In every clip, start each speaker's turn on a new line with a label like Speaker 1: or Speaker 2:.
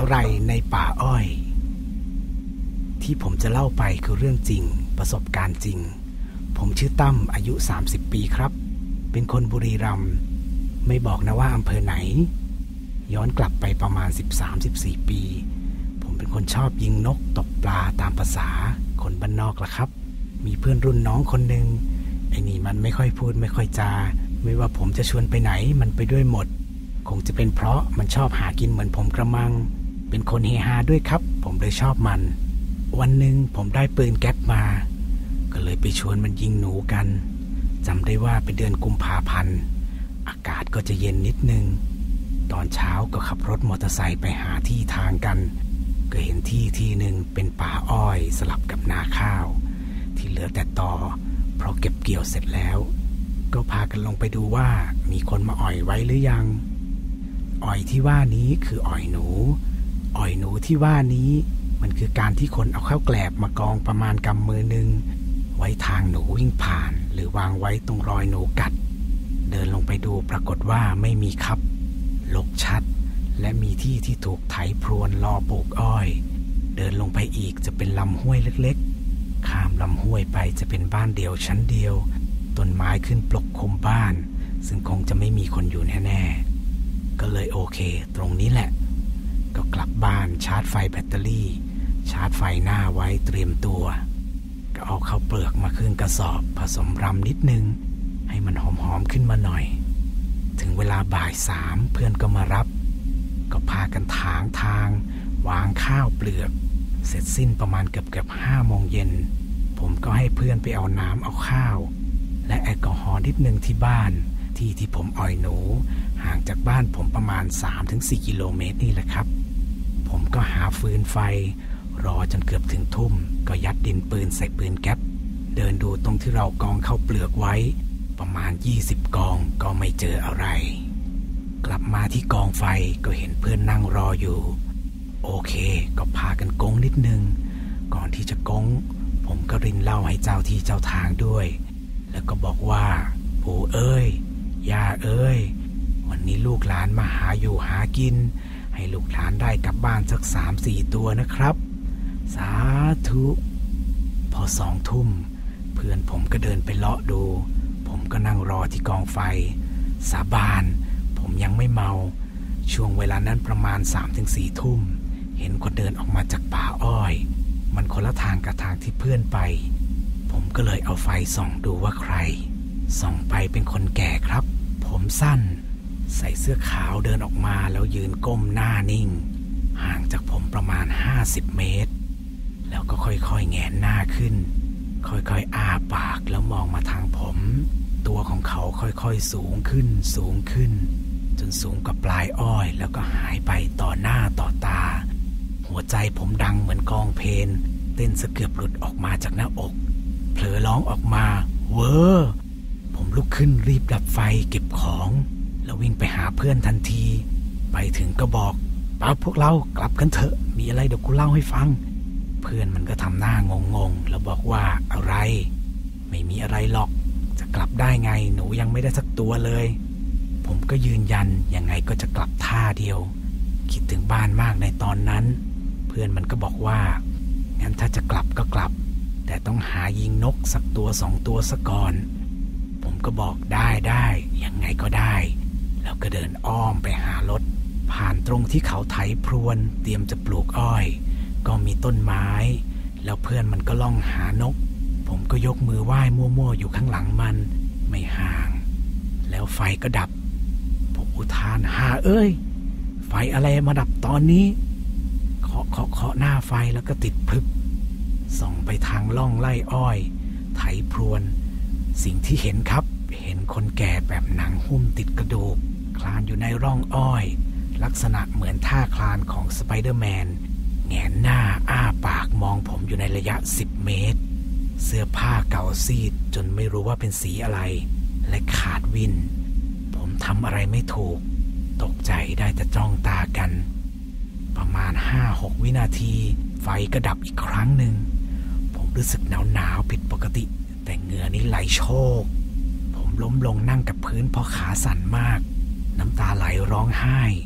Speaker 1: อะไรในป่าอ้อยที่ผมจะเล่าไปคือเรื่องจริงประสบการณ์จริงผมชื่อตั้มอายุ30ปีครับเป็นคนบุรีรัมย์ไม่บอกนะว่าอำเภอไหนย้อนกลับไปประมาณ 13-14 ปีผมเป็นคนชอบยิงนกตกปลาตามภาษาคนบ้านนอกล่ะครับมีเพื่อนรุ่นน้องคนหนึ่งไอ้นี่มันไม่ค่อยพูดไม่ค่อยจาไม่ว่าผมจะชวนไปไหนมันไปด้วยหมดคงจะเป็นเพราะมันชอบหากินเหมือนผมกระมังเป็นคนเฮฮาด้วยครับผมเลยชอบมันวันหนึ่งผมได้ปืนแก๊ปมาก็เลยไปชวนมันยิงหนูกันจำได้ว่าเป็นเดือนกุมภาพันธ์อากาศก็จะเย็นนิดนึงตอนเช้าก็ขับรถมอเตอร์ไซค์ไปหาที่ทางกันก็เห็นที่หนึ่งเป็นป่าอ้อยสลับกับนาข้าวที่เหลือแต่ตอเพราะเก็บเกี่ยวเสร็จแล้วก็พากันลงไปดูว่ามีคนมาอ่อยไว้หรือยังอ่อยที่ว่านี้คืออ่อยหนูที่ว่านี้มันคือการที่คนเอาข้าวแกลบมากองประมาณกำมือหนึ่งไว้ทางหนูวิ่งผ่านหรือวางไว้ตรงรอยหนูกัดเดินลงไปดูปรากฏว่าไม่มีครับรกชัดและมีที่ถูกไถพรวนรอปลูกอ้อยเดินลงไปอีกจะเป็นลำห้วยเล็กๆข้ามลำห้วยไปจะเป็นบ้านเดี่ยวชั้นเดียวต้นไม้ขึ้นปกคลุมบ้านซึ่งคงจะไม่มีคนอยู่แน่ๆก็เลยโอเคตรงนี้แหละก็กลับบ้านชาร์จไฟแบตเตอรี่ชาร์จไฟหน้าไว้เตรียมตัวก็เอาข้าวเปลือกมาครึ่งกระสอบผสมรำนิดนึงให้มันหอมๆขึ้นมาหน่อยถึงเวลาบ่าย3เพื่อนก็มารับก็พากันถางทางวางข้าวเปลือกเสร็จสิ้นประมาณเกือบ5 โมงเย็นผมก็ให้เพื่อนไปเอาน้ำเอาข้าวและแอลกอฮอล์นิดนึงที่บ้านที่ผมอ่อยหนูห่างจากบ้านผมประมาณ 3-4 กิโลเมตรนี่แหละครับผมก็หาฟืนไฟรอจนเกือบถึงทุ่มก็ยัดดินปืนใส่ปืนแก๊ปเดินดูตรงที่เรากองข้าวเปลือกไว้ประมาณ20 กองก็ไม่เจออะไรกลับมาที่กองไฟก็เห็นเพื่อนนั่งรออยู่โอเคก็พากันกงนิดนึงก่อนที่จะกงผมก็รินเหล้าให้เจ้าที่เจ้าทางด้วยแล้วก็บอกว่าปู่เอ้ยย่าเอ้ยวันนี้ลูกหลานมาหาอยู่หากินให้ลูกหลานได้กลับบ้านสัก 3-4 ตัวนะครับสาธุพอ2 ทุ่มเพื่อนผมก็เดินไปเลาะดูผมก็นั่งรอที่กองไฟสาบานผมยังไม่เมาช่วงเวลานั้นประมาณ 3-4 ทุ่มเห็นคนเดินออกมาจากป่าอ้อยมันคนละทางกับทางที่เพื่อนไปผมก็เลยเอาไฟส่องดูว่าใครส่องไปเป็นคนแก่ครับผมสั้นใส่เสื้อขาวเดินออกมาแล้วยืนก้มหน้านิ่งห่างจากผมประมาณ50 เมตรแล้วก็ค่อยๆแงนหน้าขึ้นค่อยๆอ้าปากแล้วมองมาทางผมตัวของเขาค่อยๆสูงขึ้นจนสูงกว่าปลายอ้อยแล้วก็หายไปต่อหน้าต่อตาหัวใจผมดังเหมือนกลองเพลงเต้นสะเกือบหลุดออกมาจากหน้าอกเผลอร้องออกมาเว้อผมลุกขึ้นรีบดับไฟเก็บของแล้ววิ่งไปหาเพื่อนทันทีไปถึงก็บอกป้าพวกเรากลับกันเถอะมีอะไรเดี๋ยวกูเล่าให้ฟังเพื่อนมันก็ทำหน้างงแล้วบอกว่าอะไรไม่มีอะไรหรอกจะกลับได้ไงหนูยังไม่ได้สักตัวเลยผมก็ยืนยันยังไงก็จะกลับท่าเดียวคิดถึงบ้านมากในตอนนั้นเพื่อนมันก็บอกว่างั้นถ้าจะกลับก็กลับแต่ต้องหายิงนกสักตัว2 ตัวซะก่อนผมก็บอกได้ยังไงก็ได้แล้วก็เดินอ้อมไปหารถผ่านตรงที่เขาไถพรวนเตรียมจะปลูกอ้อยก็มีต้นไม้แล้วเพื่อนมันก็ล่องหานกผมก็ยกมือไหว้มั่วๆอยู่ข้างหลังมันไม่ห่างแล้วไฟก็ดับผมอุทานหาเอ้ยไฟอะไรมาดับตอนนี้เคาะหน้าไฟแล้วก็ติดพรึบส่องไปทางล่องไร่อ้อยไถพรวนสิ่งที่เห็นครับเห็นคนแก่แบบหนังหุ้มติดกระดูกคลานอยู่ในร่องอ้อยลักษณะเหมือนท่าคลานของสไปเดอร์แมนแงนหน้าอ้าปากมองผมอยู่ในระยะ10 เมตรเสื้อผ้าเก่าซีดจนไม่รู้ว่าเป็นสีอะไรและขาดวินผมทำอะไรไม่ถูกตกใจได้แต่จ้องตากันประมาณ 5-6 วินาทีไฟก็ดับอีกครั้งหนึ่งผมรู้สึกหนาวผิดปกติแต่เหงื่อนี่ไหลโชกผมล้มลงนั่งกับพื้นเพราะขาสั่นมากน้ำตาไหลร้องไห้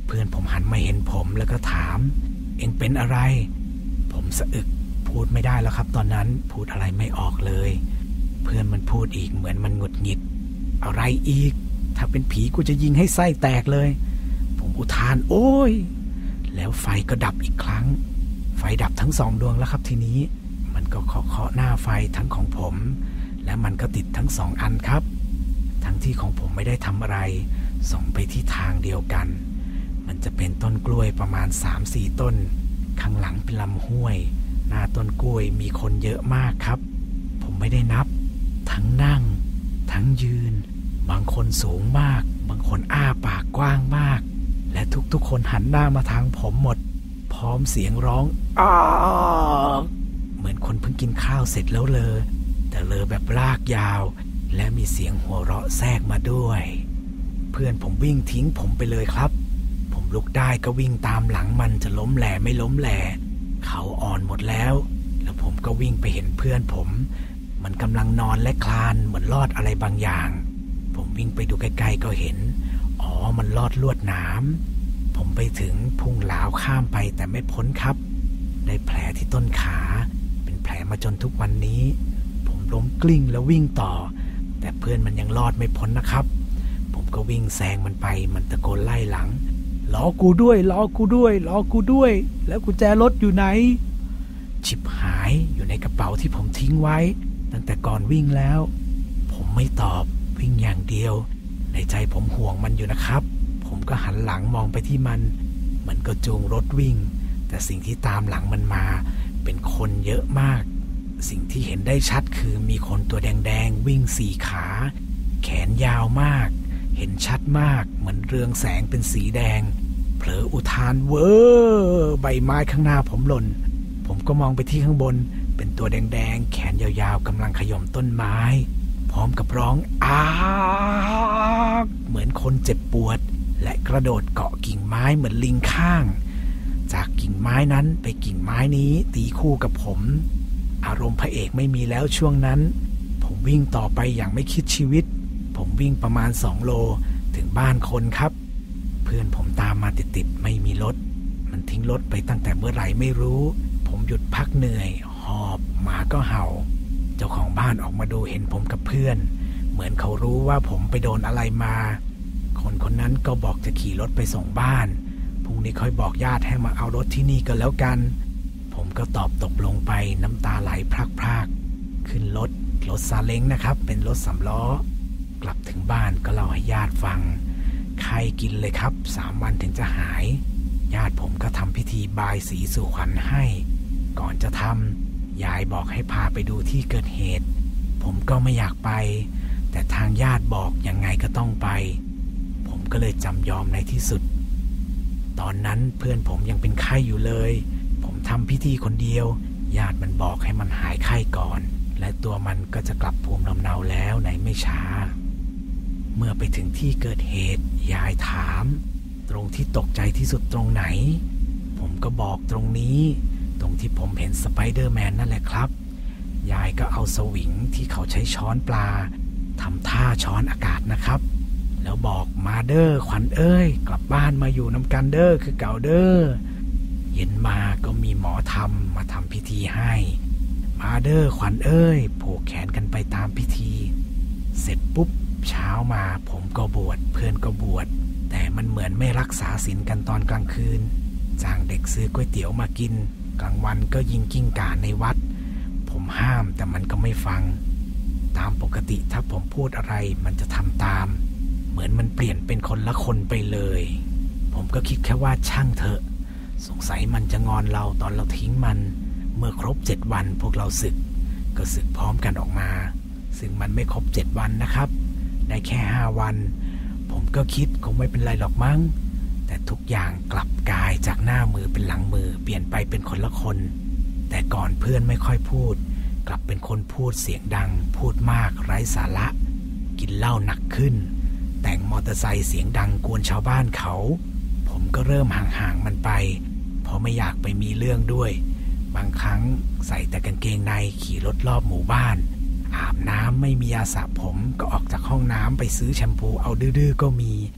Speaker 1: เพื่อนผมหันมาเห็นผมแล้วก็ถามเอ็งเป็นอะไรผมสะอึกพูดไม่ได้แล้วครับตอนนั้นพูดอะไรไม่ออกเลยเพื่อนมันพูดอีกเหมือนมันหงุดหงิดอะไรอีกถ้าเป็นผีกูจะยิงให้ไส้แตกเลยผมอุทานโอ้ยแล้วไฟก็ดับอีกครั้งไฟดับทั้ง2 ดวงแล้วครับทีนี้มันก็เคาะหน้าไฟทั้งของผมและมันก็ติดทั้ง2 อันครับทั้งที่ของผมไม่ได้ทำอะไรส่องไปที่ทางเดียวกันมันจะเป็นต้นกล้วยประมาณ 3-4 ต้นข้างหลังเป็นลำห้วยหน้าต้นกล้วยมีคนเยอะมากครับผมไม่ได้นับทั้งนั่งทั้งยืนบางคนสูงมากบางคนอ้าปากกว้างมากและทุกคนหันหน้ามาทางผมหมดพร้อมเสียงร้องอ้าเหมือนคนเพิ่งกินข้าวเสร็จแล้วเลยแต่เลอแบบลากยาวและมีเสียงหัวเราะแทรกมาด้วยเพื่อนผมวิ่งทิ้งผมไปเลยครับผมลุกได้ก็วิ่งตามหลังมันจะล้มแหล่ไม่ล้มแหล่เขาอ่อนหมดแล้วผมก็วิ่งไปเห็นเพื่อนผมมันกำลังนอนและคลานเหมือนลอดอะไรบางอย่างผมวิ่งไปดูใกล้ๆก็เห็นมันลอดลวดหนามผมไปถึงพุ่งหลาวข้ามไปแต่ไม่พ้นครับได้แผลที่ต้นขาเป็นแผลมาจนทุกวันนี้ผมล้มกลิ้งแล้ววิ่งต่อแต่เพื่อนมันยังรอดไม่พ้นนะครับผมก็วิ่งแซงมันไปมันตะโกนไล่หลังล้อกูด้วยล้อกูด้วยล้อกูด้วยแล้วกุญแจรถอยู่ไหนชิบหายอยู่ในกระเป๋าที่ผมทิ้งไว้ตั้งแต่ก่อนวิ่งแล้วผมไม่ตอบวิ่งอย่างเดียวในใจผมห่วงมันอยู่นะครับผมก็หันหลังมองไปที่มันก็จูงรถวิ่งแต่สิ่งที่ตามหลังมันมาเป็นคนเยอะมากสิ่งที่เห็นได้ชัดคือมีคนตัวแดงๆวิ่ง4 ขาแขนยาวมากเห็นชัดมากเหมือนเรืองแสงเป็นสีแดงเผลออุทานเว้อใบไม้ข้างหน้าผมหล่นผมก็มองไปที่ข้างบนเป็นตัวแดงๆแขนยาวๆกำลังขย่มต้นไม้พร้อมกับร้องอ้าเหมือนคนเจ็บปวดและกระโดดเกาะกิ่งไม้เหมือนลิงข้างจากกิ่งไม้นั้นไปกิ่งไม้นี้ตีคู่กับผมอารมณ์พระเอกไม่มีแล้วช่วงนั้นผมวิ่งต่อไปอย่างไม่คิดชีวิตผมวิ่งประมาณ2 โลถึงบ้านคนครับเพื่อนผมตามมาติดๆไม่มีรถมันทิ้งรถไปตั้งแต่เมื่อไหร่ไม่รู้ผมหยุดพักเหนื่อยหอบหมาก็เห่าเจ้าของบ้านออกมาดูเห็นผมกับเพื่อนเหมือนเขารู้ว่าผมไปโดนอะไรมาคนนั้นก็บอกจะขี่รถไปส่งบ้านพรุ่งนี้ค่อยบอกญาติให้มาเอารถที่นี่ก็แล้วกันผมก็ตอบตกลงไปน้ำตาไหลพรากๆขึ้นรถซาเล้งนะครับเป็นรถ3 ล้อกลับถึงบ้านก็เล่าให้ญาติฟังไข้กินเลยครับ3 วันถึงจะหายญาติผมก็ทำพิธีบายสีสู่ขวัญให้ก่อนจะทำยายบอกให้พาไปดูที่เกิดเหตุผมก็ไม่อยากไปแต่ทางญาติบอกยังไงก็ต้องไปผมก็เลยจำยอมในที่สุดตอนนั้นเพื่อนผมยังเป็นไข้อยู่เลยผมทำพิธีคนเดียวญาติมันบอกให้มันหายไข้ก่อนและตัวมันก็จะกลับภูมิลำเนาแล้วในไม่ช้าเมื่อไปถึงที่เกิดเหตุยายถามตรงที่ตกใจที่สุดตรงไหนผมก็บอกตรงนี้ตรงที่ผมเห็นสไปเดอร์แมนนั่นแหละครับยายก็เอาสวิงที่เขาใช้ช้อนปลาทำท่าช้อนอากาศนะครับแล้วบอกมาเด้อขวัญเอ้ยกลับบ้านมาอยู่น้ำกันเด้อคือเก่าเด้อเย็นมาก็มีหมอธรรมมาทำพิธีให้มาเด้อขวัญเอ้ยผูกแขนกันไปตามพิธีเสร็จปุ๊บเช้ามาผมก็บวชเพื่อนก็บวชแต่มันเหมือนไม่รักษาศีลกันตอนกลางคืนจ้างเด็กซื้อก๋วยเตี๋ยวมากินกลางวันก็ยิงกิ้งก่าในวัดผมห้ามแต่มันก็ไม่ฟังตามปกติถ้าผมพูดอะไรมันจะทำตามเหมือนมันเปลี่ยนเป็นคนละคนไปเลยผมก็คิดแค่ว่าช่างเถอะสงสัยมันจะงอนเราตอนเราทิ้งมันเมื่อครบ7 วันพวกเราสึกก็สึกพร้อมกันออกมาซึ่งมันไม่ครบ7 วันนะครับได้แค่5 วันผมก็คิดคงไม่เป็นไรหรอกมั้งแต่ทุกอย่างกลับกลายจากหน้ามือเป็นหลังมือเปลี่ยนไปเป็นคนละคนแต่ก่อนเพื่อนไม่ค่อยพูดกลับเป็นคนพูดเสียงดังพูดมากไร้สาระกินเหล้าหนักขึ้นแต่งมอเตอร์ไซค์เสียงดังกวนชาวบ้านเขาผมก็เริ่มห่างๆมันไปเพราะไม่อยากไปมีเรื่องด้วยบางครั้งใส่แต่กางเกงในขี่รถรอบหมู่บ้านอาบน้ำไม่มียาสระผมก็ออกจากห้องน้ำไปซื้อแชมพูเอาดื้อๆก็มีเห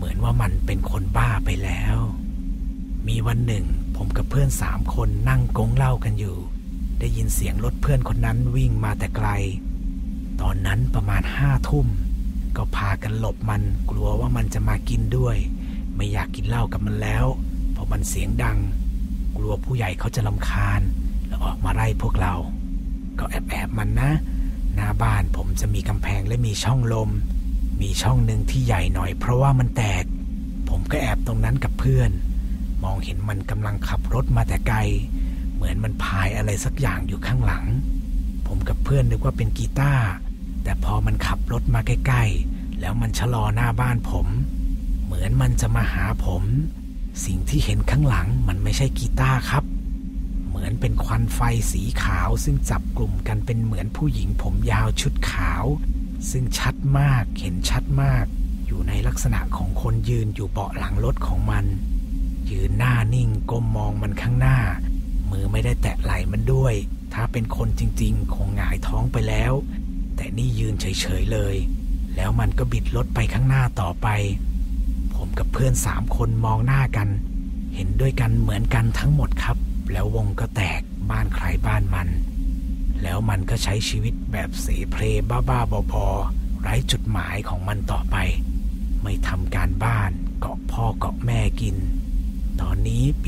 Speaker 1: เหมือนว่ามันเป็นคนบ้าไปแล้วมีวันหนึ่งผมกับเพื่อน3 คนนั่งกงเหล้ากันอยู่ได้ยินเสียงรถเพื่อนคนนั้นวิ่งมาแต่ไกลตอนนั้นประมาณ5 ทุ่มก็พากันหลบมันกลัวว่ามันจะมากินด้วยไม่อยากกินเหล้ากับมันแล้วเพราะมันเสียงดังกลัวผู้ใหญ่เขาจะรำคาญแล้วออกมาไล่พวกเราก็แอบมันนะหน้าบ้านผมจะมีกำแพงและมีช่องลมมีช่องหนึ่งที่ใหญ่หน่อยเพราะว่ามันแตกผมก็แอบตรงนั้นกับเพื่อนมองเห็นมันกำลังขับรถมาแต่ไกลเหมือนมันพายอะไรสักอย่างอยู่ข้างหลังผมกับเพื่อนนึกว่าเป็นกีตาร์แต่พอมันขับรถมาใกล้ๆแล้วมันชะลอหน้าบ้านผมเหมือนมันจะมาหาผมสิ่งที่เห็นข้างหลังมันไม่ใช่กีตาร์ครับเหมือนเป็นควันไฟสีขาวซึ่งจับกลุ่มกันเป็นเหมือนผู้หญิงผมยาวชุดขาวซึ่งชัดมากเห็นชัดมากอยู่ในลักษณะของคนยืนอยู่เบาะหลังรถของมันยืนหน้านิ่งก้มมองมันข้างหน้ามือไม่ได้แตะไหล่มันด้วยถ้าเป็นคนจริงๆคงหงายท้องไปแล้วแต่นี่ยืนเฉยๆเลยแล้วมันก็บิดรถไปข้างหน้าต่อไปผมกับเพื่อน3 คนมองหน้ากันเห็นด้วยกันเหมือนกันทั้งหมดครับแล้ววงก็แตกบ้านใครบ้านมันแล้วมันก็ใช้ชีวิตแบบเสเพลบ้าๆบอๆไร้จุดหมายของมันต่อไปไม่ทำการบ้านเกาะพ่อเกาะแม่กินตอนนี้ปี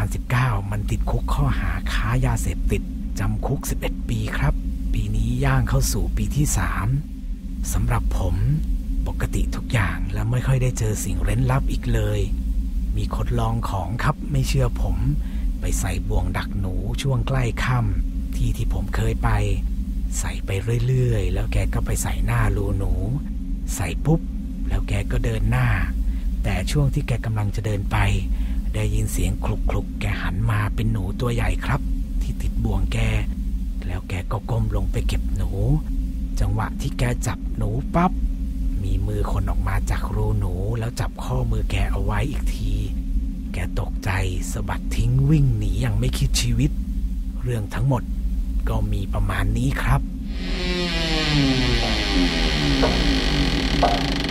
Speaker 1: 2019 มันติดคุกข้อหาค้ายาเสพติดจำคุก11 ปีครับปีนี้ย่างเข้าสู่ปีที่3สำหรับผมปกติทุกอย่างและไม่ค่อยได้เจอสิ่งเร้นลับอีกเลยมีคนลองของครับไม่เชื่อผมไปใส่บ่วงดักหนูช่วงใกล้ค่ำที่ผมเคยไปใส่ไปเรื่อยๆแล้วแกก็ไปใส่หน้ารูหนูใส่ปุ๊บแล้วแกก็เดินหน้าแต่ช่วงที่แกกำลังจะเดินไปได้ยินเสียงคลุกๆแกหันมาเป็นหนูตัวใหญ่ครับที่ติดบ่วงแกแล้วแกก็ก้มลงไปเก็บหนูจังหวะที่แกจับหนูปั๊บมีมือคนออกมาจากรูหนูแล้วจับข้อมือแกเอาไว้อีกทีแกตกใจสะบัดทิ้งวิ่งหนีอย่างไม่คิดชีวิตเรื่องทั้งหมดก็มีประมาณนี้ครับ